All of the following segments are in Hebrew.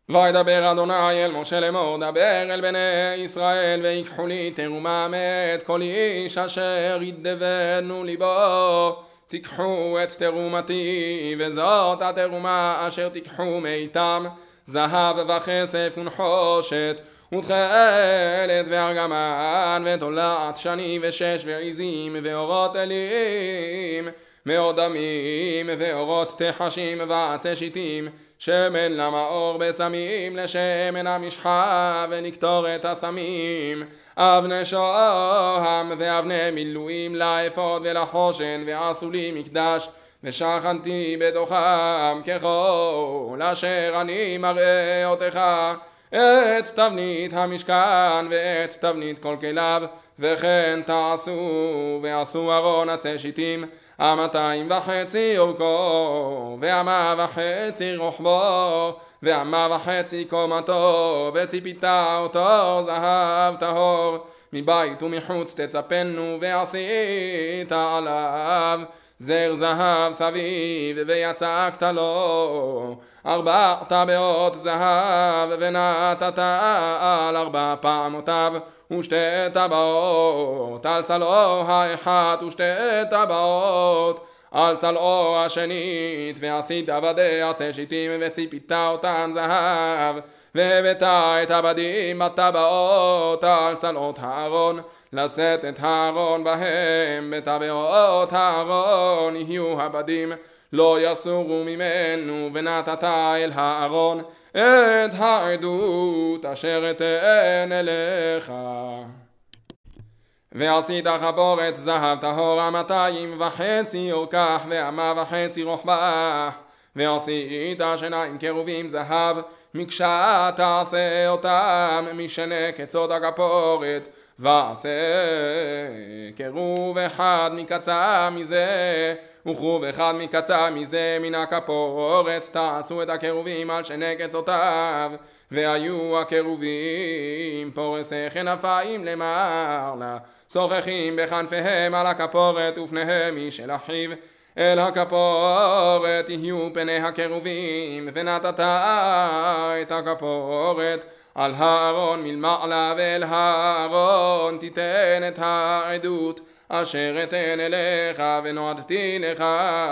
וידבר אדוני אל משה לאמור, דבר אל בני ישראל ויקחו לי תרומה מאת כל איש אשר ידבנו ליבו. תיקחו את תרומתי, וזאת התרומה אשר תיקחו מאיתם, זהב וכסף ונחושת ותכלת וארגמן ותולעת שני ושש ועזים ואורות אלים מאור דמים ואורות תחשים ועצי שיטים, שמן למאור בסמים לשמן המשחה ונקטור את הסמים, אבני שוהם ואבני מילואים לאפוד ולחושן, ועשו לי מקדש ושכנתי בתוכם ככל אשר אני מראה אותך, את תבנית המשכן ואת תבנית כל כליו, וכן תעשו. ועשו ארון עצי שיטים 2.5 אורכו 1.5 רוחבו 1.5 קומתו, וציפית אותו זהב טהור מבית ומחוץ תצפנו, ועשית עליו זר זהב סביב, ויצקת לו 4 טבעות זהב, ונתת על 4 פעמותיו ושתי טבעות על צלעו האחת ושתי טבעות על צלעו השנית. ועשית עבדי עצי שיטים וציפית אותם זהב, והבאת את עבדים בטבעות על צלעות הארון, לשאת את הארון בהם. בטבעות הארון יהיו עבדים לא יסורו ממנו, ונתת אל הארון את העדות אשר אתן אליך. ועשית חפורת זהב טהור 2.5 אורכה 1.5 רוחבה, ועשית 2 קרובים זהב מקשה תעשה אותם משנה קצות הכפורת, ועשה קרוב אחד מקצה מזה וכרוב אחד מקצה מזה מן הכפורת. תעשו את הקרובים על שני קצותיו, והיו הקרובים פורסי כנפיים למעלה, שוחחים בכנפיהם על הכפורת, ופניהם משל אחיו אל הכפורת יהיו פני הקרובים. ונתת את הכפורת על הארון מלמעלה, ואל הארון תיתן את העדות אשר אתן אליך, ונועדתי לך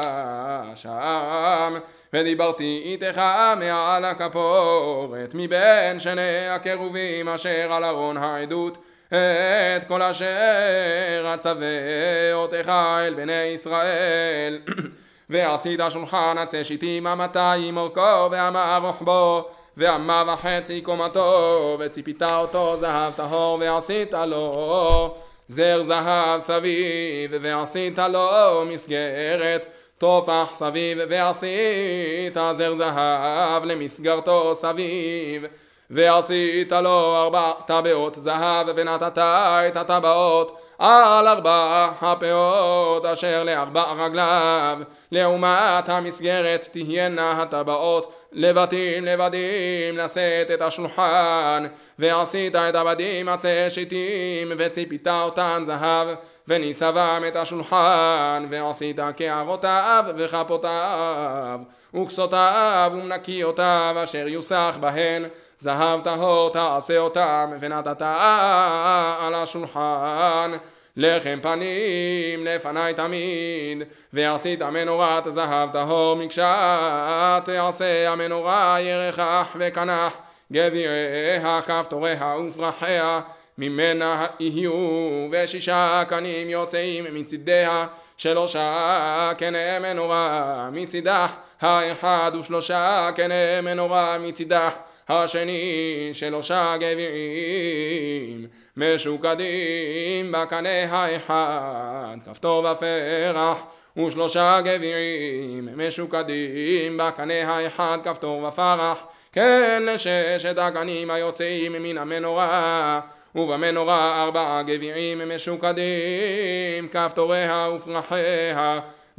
שם, ודיברתי איתך מעל הכפורת מבין שני הקרובים אשר על ארון העדות, את כל אשר אצווה אותך אל בני ישראל. ועשית שולחן עצי שיטים 200 אורכו 100 רוחבו 1.5 קומתו, וציפית אותו זהב טהור, ועשית לו זר זהב סביב, ועשית לו מסגרת טופח סביב, ועשית זר זהב למסגרתו סביב, ועשית לו 4 טבעות זהב, ונתת את הטבעות על 4 הפאות אשר ל4 רגליו. לעומת המסגרת תהיינה הטבעות לבדים לבדים לשאת את השולחן. ועשית את עבדים עצי שיטים, וציפית אותם זהב, וניסבם את השולחן. ועשית קערותיו וכפותיו וכסותיו ומנקיותיו אשר יוסח בהן זהב טהור תעשה אותם. ונתת על השולחן לחם פנים לפני תמיד. ועשית מנורת זהב טהור מקשה תעשה המנורה ירחח וכנח, גביעיה כפתוריה ופרחיה ממנה יהיו, ו6 קנים יוצאים מצידיה, 3 קני מנורה מצידך האחד, ו3 קני מנורה מצידך השני, 3 גביעים משוקדים בקנה האחד, כפתור ופרח, ו3 גביעים משוקדים בקנה האחד, כפתור ופרח, כן ל6 הקנים היוצאים מן המנורה. ובמנורה 4 גביעים משוקדים, כפתוריה ופרחיה,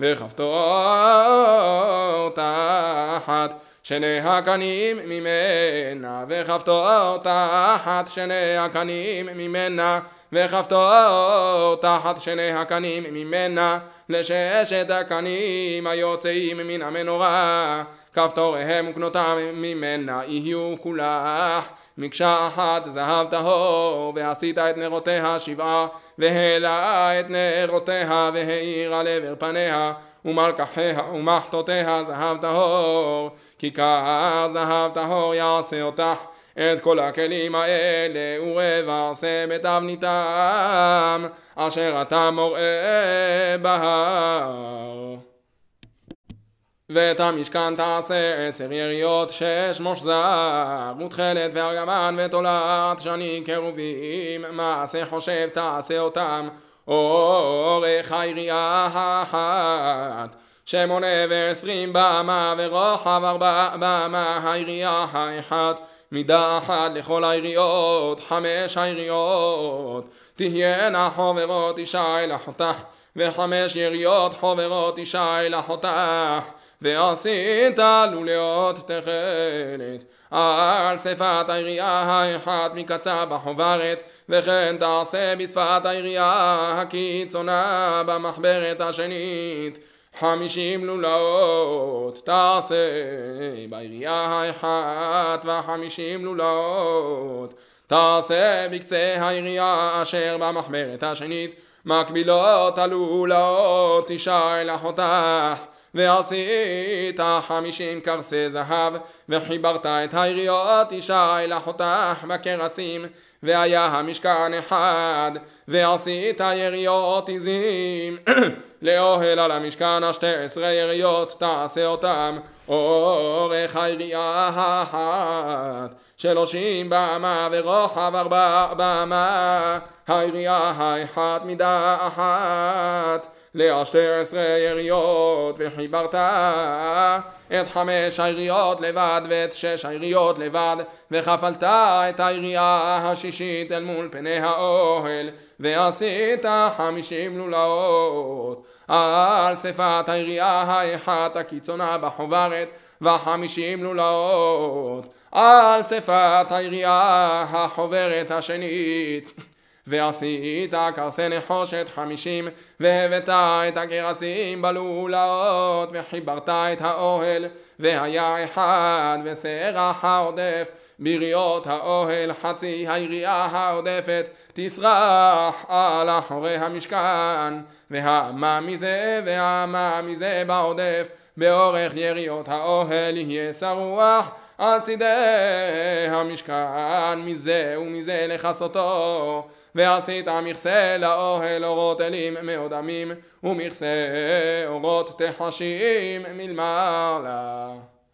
וכפתור תחת 2 הקנים ממנה, וכפתור תחת 2 הקנים ממנה, וכפתור תחת 2 הקנים ממנה, ל6 הקנים היוצאים מן המנורה, כפתוריהם וקנותם ממנה יהיו כולך מקשה אחת זהב טהור, ועשית את נרותיה 7 והעלה את נרותיה והאירה לעבר פניה, ומלקחיה ומחתותיה זהב טהור, כיכר זהב טהור יעשה אותך. את כל הכלים האלה ורבעשה בתבניתם אשר אתה מוראה בהר. ואת המשכן תעשה 10 יריות, 6 מושזר ותכלת וארגמן ותולעת שני קרובים, מעשה חושב תעשה אותם, אורך היריעה האחת 28 במה ורוחב 4 במה היריעה האחת, מידה אחת לכל היריות, 5 היריות תהיינה חוברות אישה אל אחותך, ו5 יריות חוברות אישה אל אחותך. ועשית לוליות תכלת על שפת היריעה האחת מקצה בחוברת, וכן תעשה בשפת היריעה הקיצונה במחברת השנית 50 לולאות תעשה ביריעה האחת, ו50 לולאות תעשה בקצה היריעה אשר במחברת השנית, מקבילות הלולאות אישה אל אחותך. ועשית 50 קרסי זהב, וחיברת את היריות אישה אל אחותך בקרסים, והיה המשכן אחד. ועשית יריות עזים לאוהל על המשכן 12 יריות תעשה אותם, אורך היריעה האחת 30 במה ורוחב 4 במה, היריעה האחת מידה אחת ל12 יריות. וחיברת את 5 היריות לבד ואת 6 היריות לבד, וכפלת את היריעה השישית אל מול פני האוהל, ועשית 50 לולאות על שפת היריעה האחת הקיצונה בחוברת, ו50 לולאות על שפת היריעה החוברת השנית. ועשית קרסי נחושת 50, והבאת את הקרסים בלולאות, וחיברת את האוהל, והיה אחד וסרח העודף ביריות האוהל, חצי היריעה העודפת תסרח על אחורי המשכן, והמה מזה והמה מזה בעודף באורך יריות האוהל יהיה שרוח על צידי המשכן מזה ומזה לכסותו. ועשית מכסה לאוהל אורות אלים מאוד עמים, ומכסה אורות תחשים מלמעלה.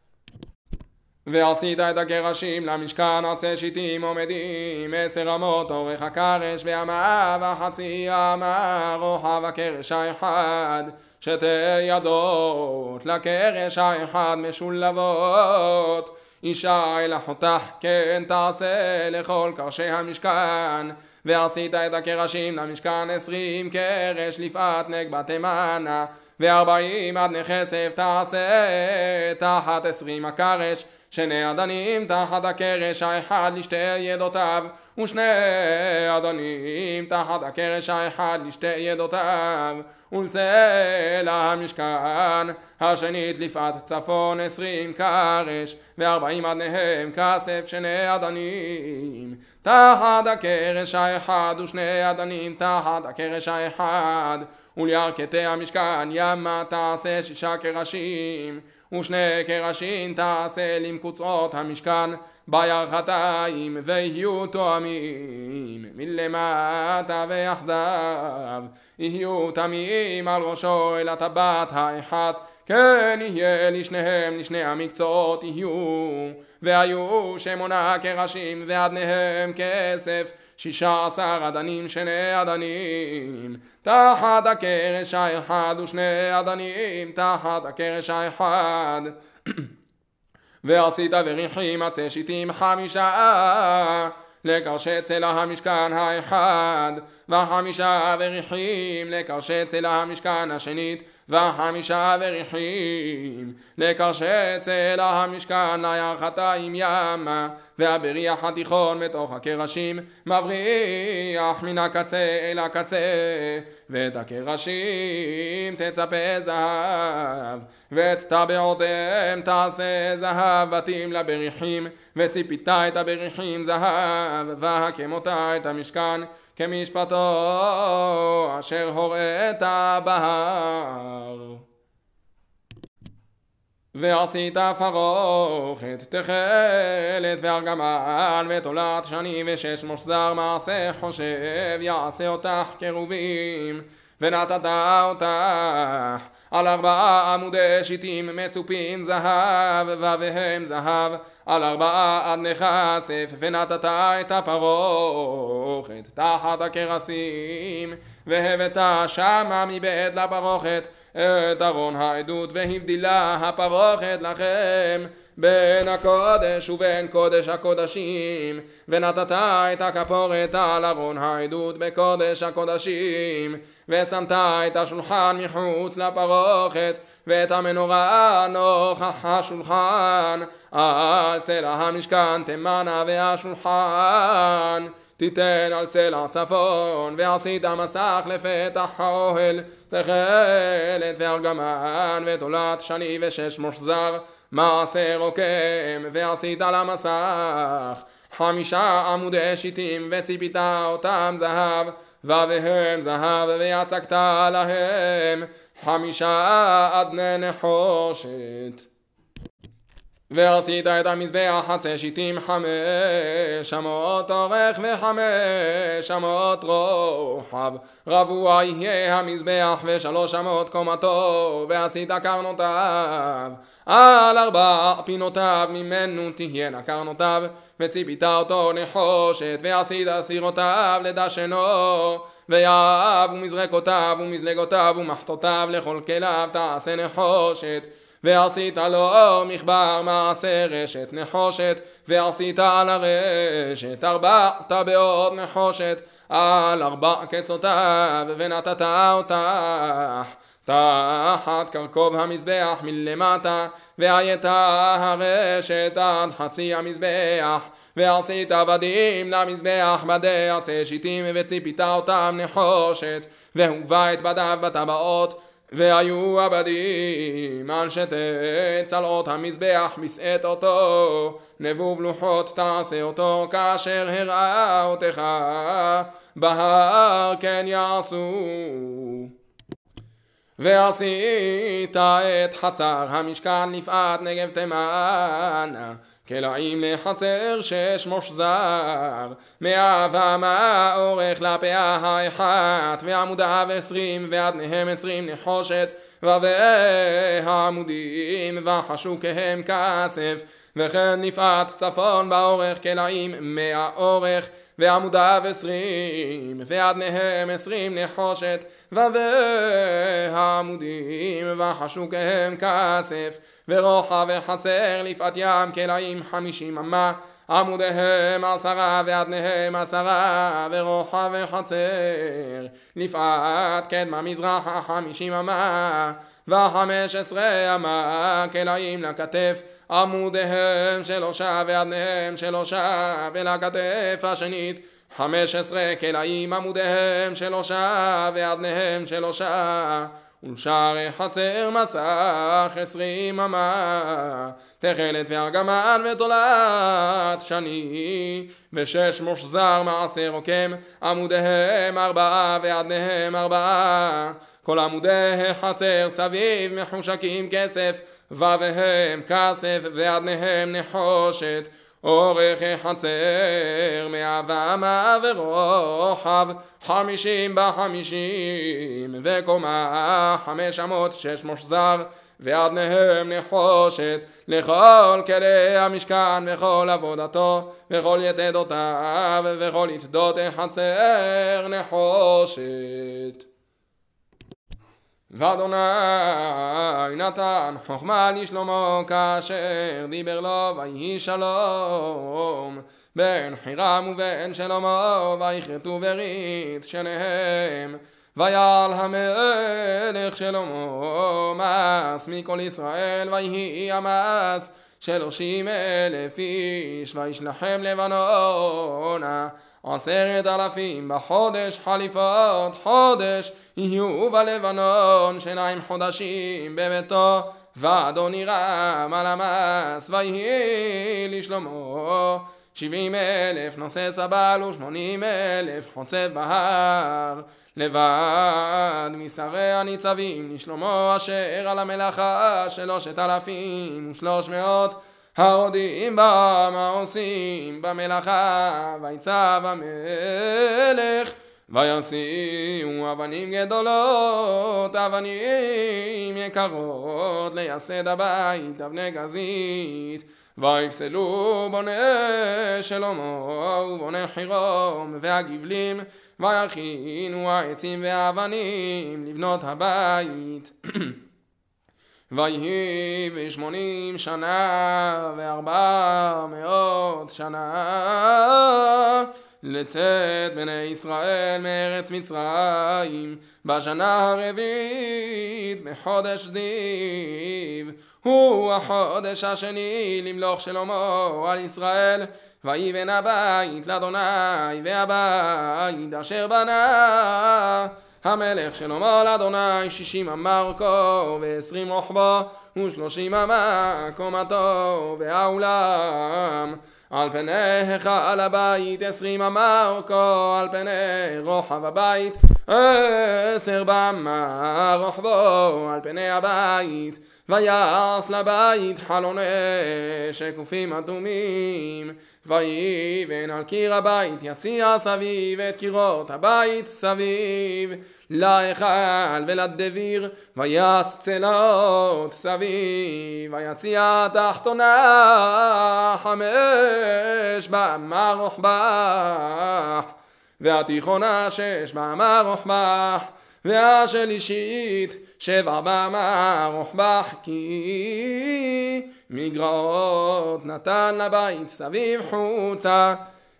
ועשית את הקרשים למשכן עצי שיטים עומדים 10 אמות אורך הקרש, ואמה וחצי אמה רוחב הקרש האחד, 2 ידות לקרש האחד משולבות אישה אל אחותך, כן תעשה לכל קרשי המשכן. ועשית את הקרשים למשכן 20 קרש לפאת נגבה תימנה, ו40 אדני כסף תעשה תחת 20 הקרש, 2 אדנים תחת הקרש האחד לשתי ידותיו, ו2 אדנים תחת הקרש האחד לשתי ידותיו. ולצלע המשכן השנית לפאת צפון 20 קרש, ו40 אדניהם כסף 2 אדנים תחת הקרש האחד, ו2 אדנים תחת הקרש האחד. ולירכתי המשכן ימה תעשה 6 קרשים, ו2 קרשים תעשה למקוצרות המשכן בירכתיים, ויהיו תואמים מלמטה ויחדיו, יהיו תמים על ראשו אל הטבעת האחת, כן יהיה לשניהם לשני המקצועות יהיו. והיו 8 קרשים ואדניהם כסף 16 אדנים 2 אדנים תחת הקרש האחד, ו2 אדנים תחת הקרש האחד. ועשית וריחים עצי שיטים 5 לקרשי צלע המשכן האחד, ו5 וריחים לקרשי צלע המשכן השנית, ו5 וריחים לקרשי צלע המשכן לירכתיים ימה. והבריח התיכון בתוך הקרשים מבריח מן הקצה אל הקצה, ואת הקרשים תצפה זהב, ואת טבעותיהם תעשה זהב, בתים לבריחים, וציפית את הבריחים זהב, והקמות את המשכן כמשפטו אשר הוראת בהר. ועשית פרוכת תכלת וארגמן ותולת שני ושש מושזר, מעשה חושב יעשה אותך קרובים, ונתת אותך על 4 עמודי שיטים מצופים זהב, ובהם זהב על 4 אדני כסף, ונתת את הפרוכת תחת הכרסים, והבאת שמה מבית לפרוכת את ארון העדות, והבדילה הפרוכת לכם בין הקודש ובין קודש הקודשים, ונתת את הכפורת על ארון העדות בקודש הקודשים, ושמת את השולחן מחוץ לפרוכת, ואת המנורה נוכח השולחן, על צלע המשכן תמנה והשולחן תיתן על צלע צפון, ועשית מסך לפתח האוהל תכלת וארגמן ותולת שני ושש מושזר, מעשה רוקם, ועשית למסך 5 עמודי שיטים, וציפית אותם זהב, ובהם זהב, ויצקת להם 5 אדני נחושת. ועשית את המזבח חצי שיטים 5 אמות אורך ו5 אמות רוחב, רבוע יהיה המזבח ו3 אמות קומתו, ועשית קרנותיו על 4 פינותיו, ממנו תהיינה קרנותיו, וציפית אותו נחושת, ועשית סירותיו לדשנו, ויעב ומזרקותיו ומזלגותיו ומחתותיו לכל כליו תעשה נחושת, ועשית לו מחבר מעשה רשת נחושת, ועשית על הרשת 4 טבעות נחושת על 4 קצותיו, ונתת אותך תחת קרקוב המזבח מלמטה, והייתה הרשת עד חצי המזבח, ועשית בדים למזבח בדי עצי שיטים, וציפית אותם נחושת, והובא את בדיו בטבעות, והיו הבדים על שתי צלעות המזבח משאת אותו, נבוב לוחות תעשה אותו, כאשר הראה אותך בהר כן יעשו. ועשית את חצר המשכן לפאת נגב תימן, כלאים לחצר 6 מושזר, 100 ומה אורך לפאה האחת, ועמודיו 20 ואדניהם 20 נחושת, והעמודים וחשוקיהם כסף, וכן לפאת צפון באורך כלאים 100 אורך, ועמודיו 20 ואדניהם 20 נחושת, והעמודים וחשוקיהם כסף, ורוחב וחצר לפאת ים כלאים 50 אמה, עמודיהם 10 ואדניהם 10, ורוחב וחצר לפאת קדמה מזרחה 50 אמה, ו15 אמה כלאים לכתף, עמודיהם 3 ואדניהם 3, ולכתף השנית 15 כלאים, עמודיהם 3 ואדניהם 3, ולשערי חצר מסך 20 אמה, תכלת וארגמן ותולת שני, ו6 מושזר מעשה רוקם, עמודיהם 4 ואדניהם 4, כל עמודי חצר סביב מחושקים כסף, ובהם כסף ואדניהם נחושת, אורך חצר 100 ואמה, ורוחב 50 ב50, וקומה 506 מושזר, ואדניהם נחושת, לכל כלי המשכן וכל עבודתו, וכל יתדותיו, וכל יתדות חצר נחושת. ואדוני נתן חוכמה לשלמה כאשר דיבר לו, ויהי שלום בין חירם ובין שלמה, ויכרתו ברית שניהם, ויעל המלך שלמה מס מכל ישראל, ויהי המס 30,000 איש, וישלחם לבנונה 10,000 בחודש חליפות חודש יהיו בלבנון 2 חודשים בביתו, ואדוני רם על המס, ויהי לשלמה 70,000 נושא סבל ו80,000 חוצב בהר. לבד משרי הניצבים לשלמה אשר על המלאכה 3,300 העודים בה מה עושים במלאכה. ויצב המלך וישימו אבנים גדולות, אבנים יקרות לייסד הבית, אבני גזית. ויפסלו בוני שלמה ובוני חירום והגבלים, ויכינו העצים והאבנים לבנות הבית. ויהי ב80 שנה ו400 שנה לצאת בני ישראל מארץ מצרים, בשנה הרביעית בחודש זיו, הוא החודש השני למלוך שלמה על ישראל. ויבן הבית לאדוני, והבית אשר בנה המלך שלמה לאדוני 60 אמה אורכו ו20 רוחבו ו30 אמה קומתו, והאולם על פני היכל הבית 20 אמה אורכו, על פני רוחב הבית 10 אמה רוחבו על פני הבית. ויעש לבית חלוני שקופים אדומים, ויבן על קיר הבית יציע סביב את קירות הבית סביב להיכל ולדביר, ויעש צלעות סביב. ויציע תחתונה 5 באמה רוחבה, והתיכונה 6 באמה רוחבה, והשלישית 7 באמה רוחבה, כי מגרעות נתן לבית סביב חוצה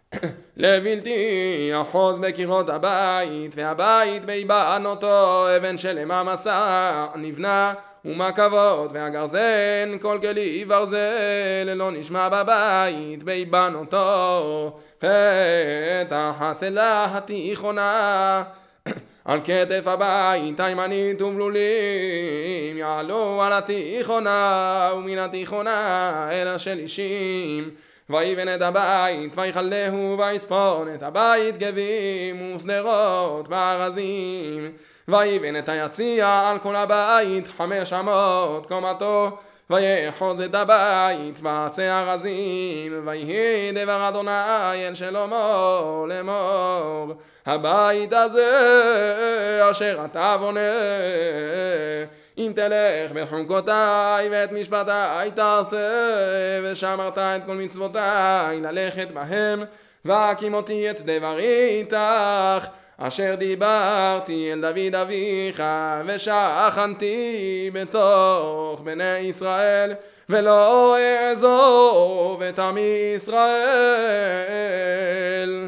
לבלתי אחוז בקירות הבית. והבית ביבנותו אבן שלמה מסע נבנה ומקבות, והגרזן כל כלי ברזל לא נשמע בבית ביבנותו. פתח הצלה התיכונה על כתף הבית הימנית ובלולים יעלו על התיכונה, ומן התיכונה אל השלישים. ויבן את הבית ויכלהו ויספון את הבית גבים ושדרות וארזים. ויבן את היציע על כל הבית 500 קומתו, ויחוז את הבית ועצי ארזים. ויהי דבר אדוני אל שלמה לאמור, הבית הזה אשר אתה בונה, אם תלך בחוקותיי ואת משפטיי תעשה, ושמרת את כל מצוותיי ללכת בהם, והקים אותי את דברי איתך אשר דיברתי אל דוד אביך, ושכנתי בתוך בני ישראל, ולא אעזוב את עמי ישראל.